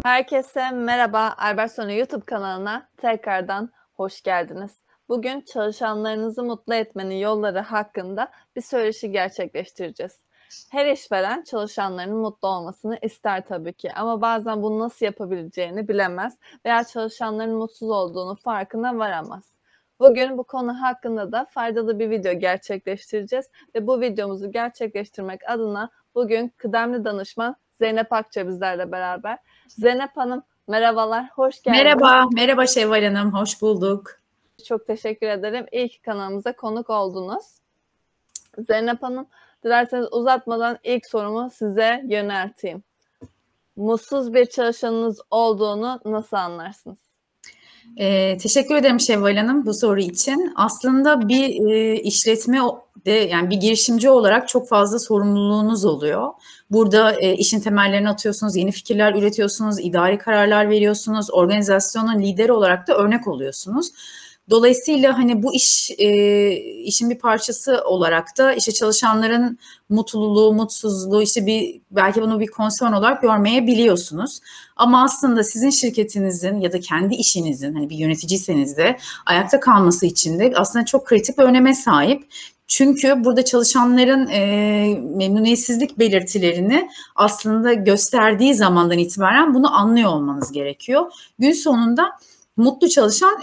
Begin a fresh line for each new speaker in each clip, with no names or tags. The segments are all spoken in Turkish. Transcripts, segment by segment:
Herkese merhaba, Albertsonu YouTube kanalına tekrardan hoş geldiniz. Bugün çalışanlarınızı mutlu etmenin yolları hakkında bir söyleşi gerçekleştireceğiz. Her işveren çalışanlarının mutlu olmasını ister tabii ki ama bazen bunu nasıl yapabileceğini bilemez veya çalışanların mutsuz olduğunu farkına varamaz. Bugün bu konu hakkında da faydalı bir video gerçekleştireceğiz ve bu videomuzu gerçekleştirmek adına bugün kıdemli danışman Zeynep Akça bizlerle beraber. Zeynep Hanım, merhabalar, hoş geldiniz.
Merhaba Şevval Hanım, hoş bulduk.
Çok teşekkür ederim. İyi ki kanalımıza konuk oldunuz. Zeynep Hanım, dilerseniz uzatmadan ilk sorumu size yönelteyim. Mutsuz bir çalışanınız olduğunu nasıl anlarsınız?
Teşekkür ederim Şevval Hanım bu soru için. Aslında bir işletme de yani bir girişimci olarak çok fazla sorumluluğunuz oluyor. Burada işin temellerini atıyorsunuz, yeni fikirler üretiyorsunuz, idari kararlar veriyorsunuz, organizasyonun lideri olarak da örnek oluyorsunuz. Dolayısıyla hani bu işin bir parçası olarak da işte çalışanların mutluluğu, mutsuzluğu işte belki bunu bir konsern olarak görmeyebiliyorsunuz. Ama aslında sizin şirketinizin ya da kendi işinizin hani bir yöneticiyseniz de ayakta kalması için de aslında çok kritik bir öneme sahip. Çünkü burada çalışanların memnuniyetsizlik belirtilerini aslında gösterdiği zamandan itibaren bunu anlıyor olmanız gerekiyor. Gün sonunda mutlu çalışan,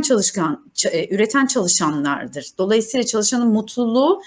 üreten çalışanlardır. Dolayısıyla çalışanın mutluluğu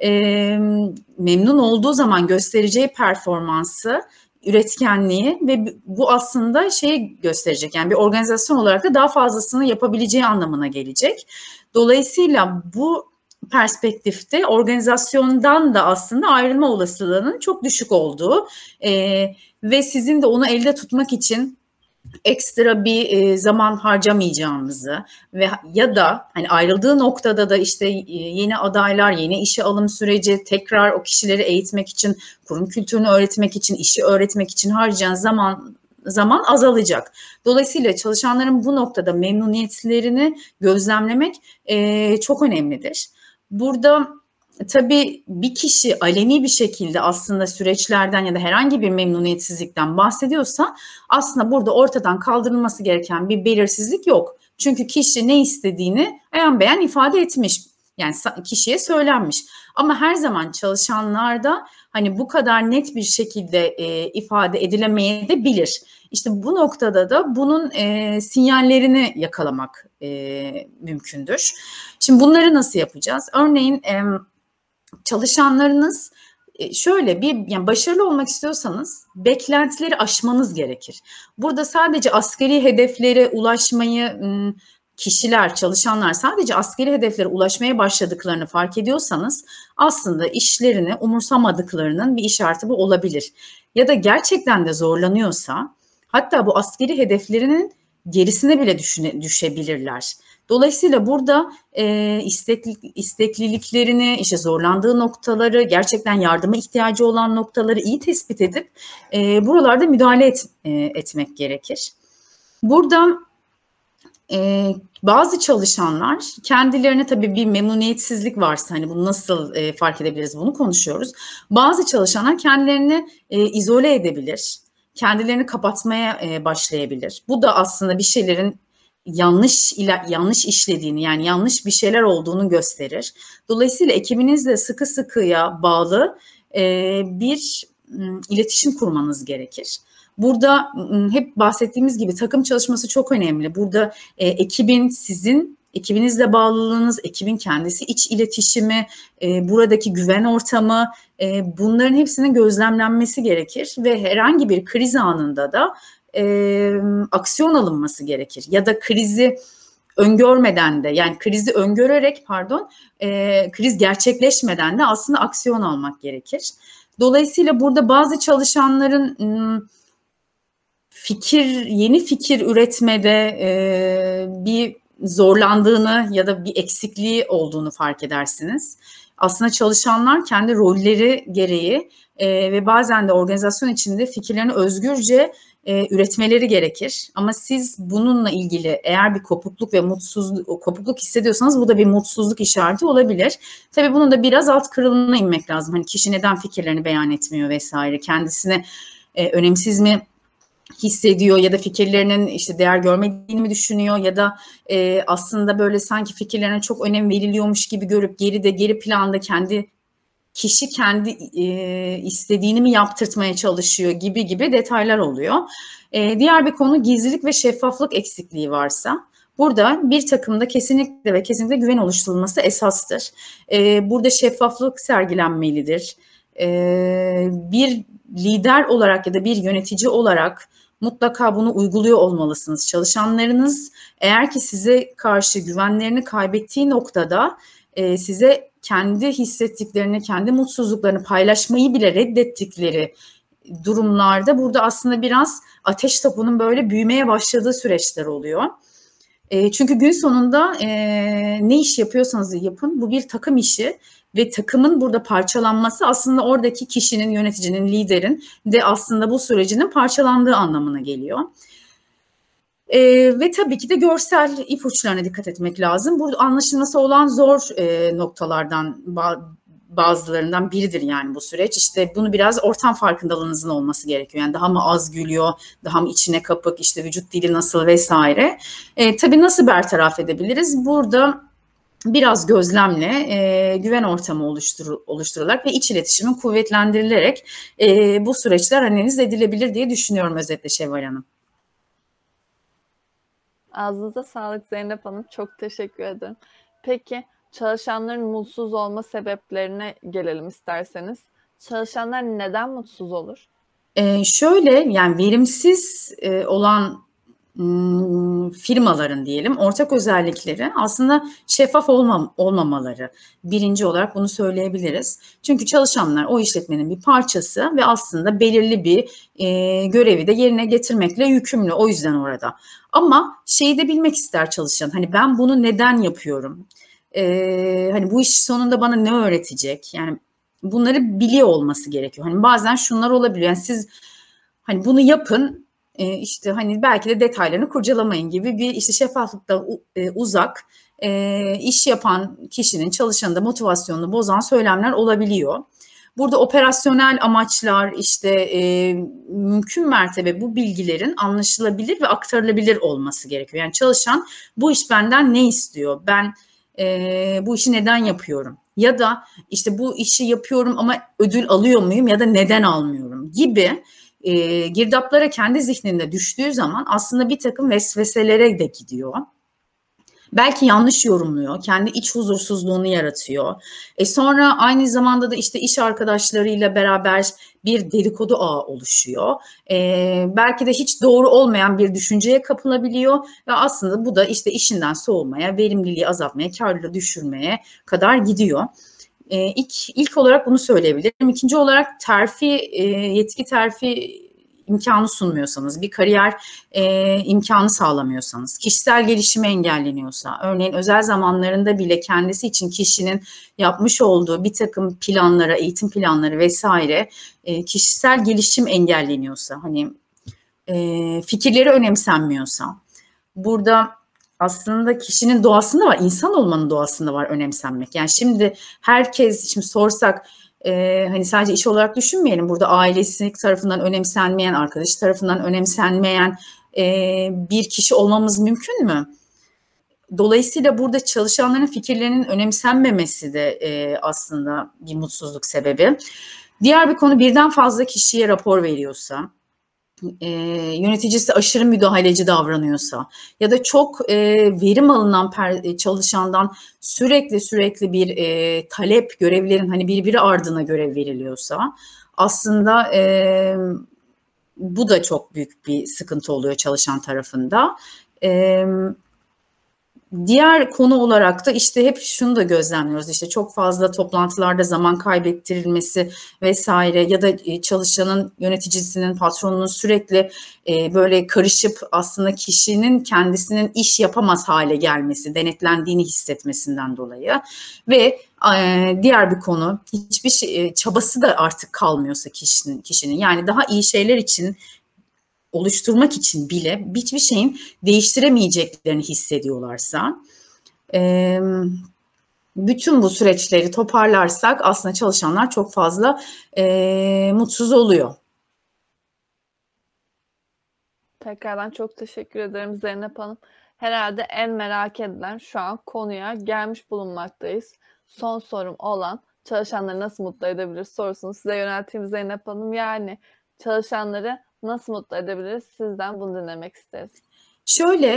memnun olduğu zaman göstereceği performansı, üretkenliği ve bu aslında şeyi gösterecek. Yani bir organizasyon olarak da daha fazlasını yapabileceği anlamına gelecek. Dolayısıyla bu perspektifte organizasyondan da aslında ayrılma olasılığının çok düşük olduğu ve sizin de onu elde tutmak için ekstra bir zaman harcamayacağımızı ve ya da hani ayrıldığı noktada da işte yeni adaylar, yeni işe alım süreci, tekrar o kişileri eğitmek için, kurum kültürünü öğretmek için, işi öğretmek için harcayan zaman azalacak. Dolayısıyla çalışanların bu noktada memnuniyetlerini gözlemlemek çok önemlidir. Burada tabii bir kişi aleni bir şekilde aslında süreçlerden ya da herhangi bir memnuniyetsizlikten bahsediyorsa aslında burada ortadan kaldırılması gereken bir belirsizlik yok. Çünkü kişi ne istediğini beyan beyan ifade etmiş. Yani kişiye söylenmiş. Ama her zaman çalışanlarda hani bu kadar net bir şekilde ifade edilemeyebilir. İşte bu noktada da bunun sinyallerini yakalamak mümkündür. Şimdi bunları nasıl yapacağız? Örneğin çalışanlarınız şöyle yani başarılı olmak istiyorsanız beklentileri aşmanız gerekir. Burada sadece asgari hedeflere ulaşmayı çalışanlar sadece asgari hedeflere ulaşmaya başladıklarını fark ediyorsanız aslında işlerini umursamadıklarının bir işareti bu olabilir. Ya da gerçekten de zorlanıyorsa hatta bu asgari hedeflerinin gerisine bile düşebilirler. Dolayısıyla burada istekliliklerini, işte zorlandığı noktaları, gerçekten yardıma ihtiyacı olan noktaları iyi tespit edip buralarda müdahale etmek gerekir. Burada bazı çalışanlar kendilerine tabii bir memnuniyetsizlik varsa hani bunu nasıl fark edebiliriz bunu konuşuyoruz. Bazı çalışanlar kendilerini izole edebilir, kendilerini kapatmaya başlayabilir. Bu da aslında bir şeylerin yanlış işlediğini yani yanlış bir şeyler olduğunu gösterir. Dolayısıyla ekibinizle sıkı sıkıya bağlı bir iletişim kurmanız gerekir. Burada hep bahsettiğimiz gibi takım çalışması çok önemli. Burada ekibinizle bağlılığınız, ekibin kendisi iç iletişimi, buradaki güven ortamı bunların hepsinin gözlemlenmesi gerekir ve herhangi bir kriz anında da aksiyon alınması gerekir. Ya da krizi öngörmeden de yani krizi öngörerek kriz gerçekleşmeden de aslında aksiyon almak gerekir. Dolayısıyla burada bazı çalışanların yeni fikir üretmede bir zorlandığını ya da bir eksikliği olduğunu fark edersiniz. Aslında çalışanlar kendi rolleri gereği ve bazen de organizasyon içinde fikirlerini özgürce üretmeleri gerekir. Ama siz bununla ilgili eğer bir kopukluk hissediyorsanız bu da bir mutsuzluk işareti olabilir. Tabii bunun da biraz alt kırılımına inmek lazım. Hani kişi neden fikirlerini beyan etmiyor vesaire, kendisine önemsiz mi hissediyor ya da fikirlerinin işte değer görmediğini mi düşünüyor ya da aslında böyle sanki fikirlerine çok önem veriliyormuş gibi görüp geri planda kişi kendi istediğini mi yaptırtmaya çalışıyor gibi detaylar oluyor. Diğer bir konu gizlilik ve şeffaflık eksikliği varsa burada bir takımda kesinlikle güven oluşturulması esastır. Burada şeffaflık sergilenmelidir. Bir lider olarak ya da bir yönetici olarak mutlaka bunu uyguluyor olmalısınız. Çalışanlarınız eğer ki size karşı güvenlerini kaybettiği noktada size kendi hissettiklerini, kendi mutsuzluklarını paylaşmayı bile reddettikleri durumlarda burada aslında biraz ateş topunun böyle büyümeye başladığı süreçler oluyor. Çünkü gün sonunda ne iş yapıyorsanız yapın, bu bir takım işi ve takımın burada parçalanması aslında oradaki kişinin, yöneticinin, liderin de aslında bu sürecinin parçalandığı anlamına geliyor. Ve tabii ki de görsel ipuçlarına dikkat etmek lazım. Burada anlaşılması olan zor noktalardan bazılarından biridir yani bu süreç. İşte bunu biraz ortam farkındalığınızın olması gerekiyor. Yani daha mı az gülüyor, daha mı içine kapık, işte vücut dili nasıl vesaire. Tabii nasıl bertaraf edebiliriz? Burada biraz gözlemle, güven ortamı oluşturularak ve iç iletişimin kuvvetlendirilerek bu süreçler analiz edilebilir diye düşünüyorum özetle Şevval Hanım.
Ağzınıza sağlık Zeynep Hanım. Çok teşekkür ederim. Peki çalışanların mutsuz olma sebeplerine gelelim isterseniz. Çalışanlar neden mutsuz olur?
Şöyle yani verimsiz olan firmaların diyelim ortak özellikleri aslında şeffaf olmamaları. Birinci olarak bunu söyleyebiliriz. Çünkü çalışanlar o işletmenin bir parçası ve aslında belirli bir görevi de yerine getirmekle yükümlü. O yüzden orada. Ama şeyi de bilmek ister çalışan. Hani ben bunu neden yapıyorum? Hani bu iş sonunda bana ne öğretecek? Yani bunları biliyor olması gerekiyor. Hani bazen şunlar olabiliyor. Yani siz hani bunu yapın işte hani belki de detaylarını kurcalamayın gibi bir işte şeffaflıkta uzak iş yapan kişinin çalışanın da motivasyonunu bozan söylemler olabiliyor. Burada operasyonel amaçlar işte mümkün mertebe bu bilgilerin anlaşılabilir ve aktarılabilir olması gerekiyor. Yani çalışan bu iş benden ne istiyor? Ben bu işi neden yapıyorum? Ya da işte bu işi yapıyorum ama ödül alıyor muyum ya da neden almıyorum gibi girdaplara kendi zihninde düştüğü zaman aslında bir takım vesveselere de gidiyor. Belki yanlış yorumluyor, kendi iç huzursuzluğunu yaratıyor. Sonra aynı zamanda da işte iş arkadaşlarıyla beraber bir dedikodu ağı oluşuyor. Belki de hiç doğru olmayan bir düşünceye kapılabiliyor ve aslında bu da işte işinden soğumaya, verimliliği azaltmaya, karlılığı düşürmeye kadar gidiyor. İlk olarak bunu söyleyebilirim. İkinci olarak yetki terfi imkanı sunmuyorsanız, bir kariyer imkanı sağlamıyorsanız, kişisel gelişimi engelleniyorsa, örneğin özel zamanlarında bile kendisi için kişinin yapmış olduğu bir takım planlara, eğitim planları vesaire kişisel gelişim engelleniyorsa, hani fikirleri önemsenmiyorsa, burada aslında kişinin doğasında var, insan olmanın doğasında var önemsenmek. Yani şimdi şimdi sorsak hani sadece iş olarak düşünmeyelim. Burada ailesi tarafından önemsenmeyen, arkadaşı tarafından önemsenmeyen bir kişi olmamız mümkün mü? Dolayısıyla burada çalışanların fikirlerinin önemsenmemesi de aslında bir mutsuzluk sebebi. Diğer bir konu birden fazla kişiye rapor veriyorsa, yöneticisi aşırı müdahaleci davranıyorsa ya da çok verim alınan çalışandan sürekli bir talep, görevlerin hani birbiri ardına görev veriliyorsa aslında bu da çok büyük bir sıkıntı oluyor çalışan tarafında. Diğer konu olarak da işte hep şunu da gözlemliyoruz, işte çok fazla toplantılarda zaman kaybettirilmesi vesaire ya da çalışanın, yöneticisinin, patronunun sürekli böyle karışıp aslında kişinin kendisinin iş yapamaz hale gelmesi, denetlendiğini hissetmesinden dolayı ve diğer bir konu hiçbir çabası da artık kalmıyorsa kişinin yani daha iyi şeyler için oluşturmak için bile hiçbir şeyin değiştiremeyeceklerini hissediyorlarsa bütün bu süreçleri toparlarsak aslında çalışanlar çok fazla mutsuz oluyor.
Tekrardan çok teşekkür ederim Zeynep Hanım. Herhalde en merak edilen şu an konuya gelmiş bulunmaktayız. Son sorum olan çalışanları nasıl mutlu edebiliriz sorusunu size yönelteyim Zeynep Hanım. Yani çalışanları nasıl mutlu edebiliriz? Sizden bunu dinlemek isteriz.
Şöyle,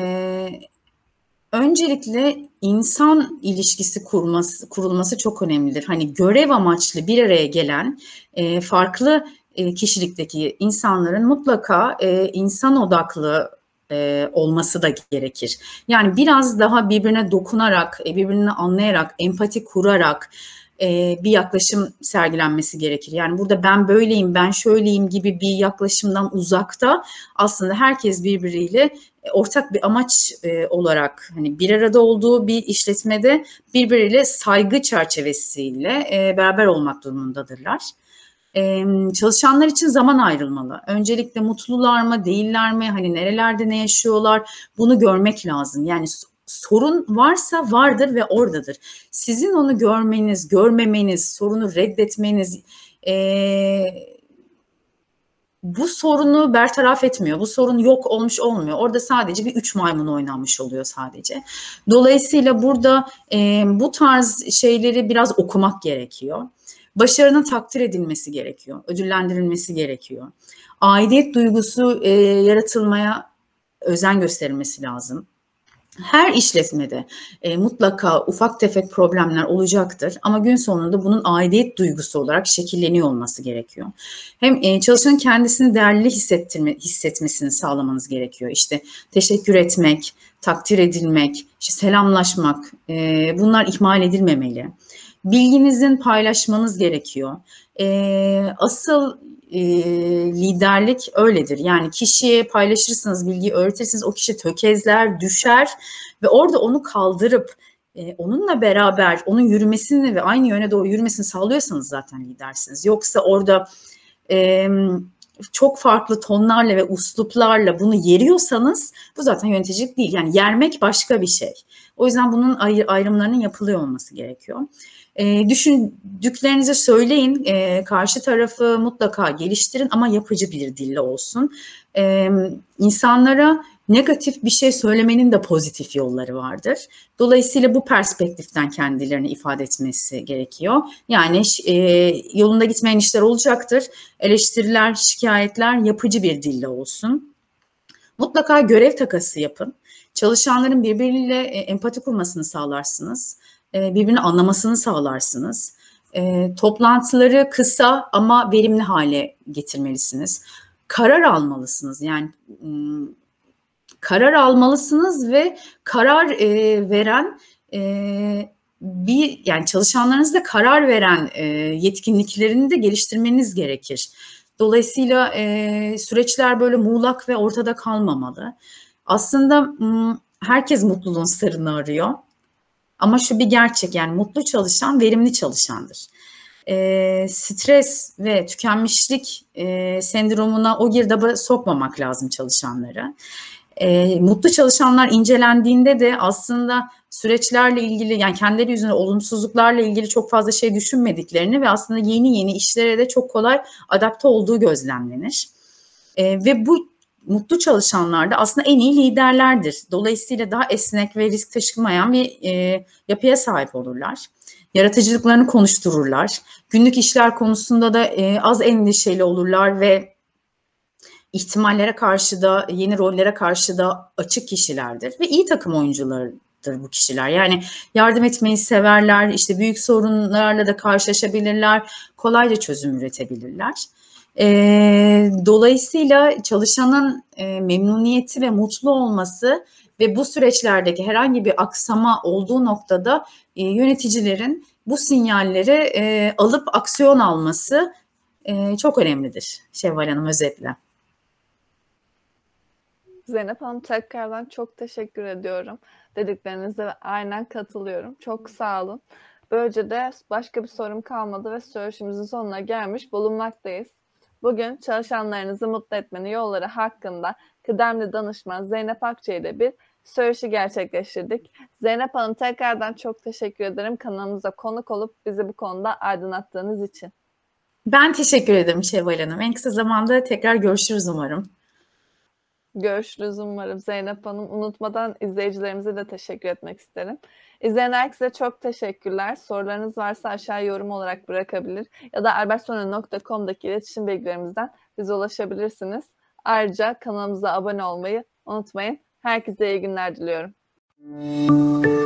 öncelikle insan ilişkisi kurulması çok önemlidir. Hani görev amaçlı bir araya gelen farklı kişilikteki insanların mutlaka insan odaklı olması da gerekir. Yani biraz daha birbirine dokunarak, birbirini anlayarak, empati kurarak bir yaklaşım sergilenmesi gerekir. Yani burada ben böyleyim, ben şöyleyim gibi bir yaklaşımdan uzakta aslında herkes birbiriyle ortak bir amaç olarak hani bir arada olduğu bir işletmede birbiriyle saygı çerçevesiyle beraber olmak durumundadırlar. Çalışanlar için zaman ayrılmalı. Öncelikle mutlular mı, değiller mi, hani nerelerde ne yaşıyorlar bunu görmek lazım. Yani sorun varsa vardır ve oradadır. Sizin onu görmeniz, görmemeniz, sorunu reddetmeniz bu sorunu bertaraf etmiyor. Bu sorun yok olmuş olmuyor. Orada sadece bir üç maymun oynanmış oluyor sadece. Dolayısıyla burada bu tarz şeyleri biraz okumak gerekiyor. Başarının takdir edilmesi gerekiyor. Ödüllendirilmesi gerekiyor. Aidiyet duygusu yaratılmaya özen gösterilmesi lazım. Her işletmede mutlaka ufak tefek problemler olacaktır ama gün sonunda bunun aidiyet duygusu olarak şekilleniyor olması gerekiyor. Hem çalışanın kendisini değerli hissetmesini sağlamanız gerekiyor. İşte teşekkür etmek, takdir edilmek, işte selamlaşmak, bunlar ihmal edilmemeli. Bilginizin paylaşmanız gerekiyor. Asıl liderlik öyledir. Yani kişiye paylaşırsınız, bilgiyi öğretirsiniz, o kişi tökezler, düşer ve orada onu kaldırıp onunla beraber onun yürümesini ve aynı yöne doğru yürümesini sağlıyorsanız zaten lidersiniz. Yoksa orada çok farklı tonlarla ve usluplarla bunu yeriyorsanız bu zaten yöneticilik değil. Yani yermek başka bir şey. O yüzden bunun ayrımlarının yapılıyor olması gerekiyor. Düşündüklerinizi söyleyin, karşı tarafı mutlaka geliştirin ama yapıcı bir dille olsun. İnsanlara negatif bir şey söylemenin de pozitif yolları vardır. Dolayısıyla bu perspektiften kendilerini ifade etmesi gerekiyor. Yani yolunda gitmeyen işler olacaktır. Eleştiriler, şikayetler yapıcı bir dille olsun. Mutlaka görev takası yapın. Çalışanların birbiriyle empati kurmasını sağlarsınız. Birbirini anlamasını sağlarsınız. Toplantıları kısa ama verimli hale getirmelisiniz. Karar almalısınız. Yani karar almalısınız ve karar veren yani çalışanlarınızda karar veren yetkinliklerini de geliştirmeniz gerekir. Dolayısıyla süreçler böyle muğlak ve ortada kalmamalı. Aslında herkes mutluluğun sırrını arıyor. Ama şu bir gerçek, yani mutlu çalışan verimli çalışandır. Stres ve tükenmişlik sendromuna o girdaba sokmamak lazım çalışanları. Mutlu çalışanlar incelendiğinde de aslında süreçlerle ilgili, yani kendileri yüzünden olumsuzluklarla ilgili çok fazla şey düşünmediklerini ve aslında yeni işlere de çok kolay adapte olduğu gözlemlenir. Ve bu mutlu çalışanlar da aslında en iyi liderlerdir. Dolayısıyla daha esnek ve risk taşımayan bir yapıya sahip olurlar. Yaratıcılıklarını konuştururlar. Günlük işler konusunda da az endişeli olurlar ve ihtimallere karşı da, yeni rollere karşı da açık kişilerdir. Ve iyi takım oyuncularıdır bu kişiler. Yani yardım etmeyi severler, işte büyük sorunlarla da karşılaşabilirler, kolayca çözüm üretebilirler. Dolayısıyla çalışanın memnuniyeti ve mutlu olması ve bu süreçlerdeki herhangi bir aksama olduğu noktada yöneticilerin bu sinyalleri alıp aksiyon alması çok önemlidir Şevval Hanım, özetle.
Zeynep Hanım, tekrardan çok teşekkür ediyorum. Dediklerinize aynen katılıyorum. Çok sağ olun. Böylece de başka bir sorum kalmadı ve söyleşimizin sonuna gelmiş bulunmaktayız. Bugün çalışanlarınızı mutlu etmenin yolları hakkında kıdemli danışman Zeynep Akça ile bir söyleşi gerçekleştirdik. Zeynep Hanım, tekrardan çok teşekkür ederim kanalımıza konuk olup bizi bu konuda aydınlattığınız için.
Ben teşekkür ederim Şevval Hanım. En kısa zamanda tekrar görüşürüz umarım.
Görüşürüz umarım Zeynep Hanım. Unutmadan izleyicilerimize de teşekkür etmek isterim. İzleyen herkese çok teşekkürler. Sorularınız varsa aşağı yorum olarak bırakabilir ya da albertsona.com'daki iletişim bilgilerimizden bize ulaşabilirsiniz. Ayrıca kanalımıza abone olmayı unutmayın. Herkese iyi günler diliyorum.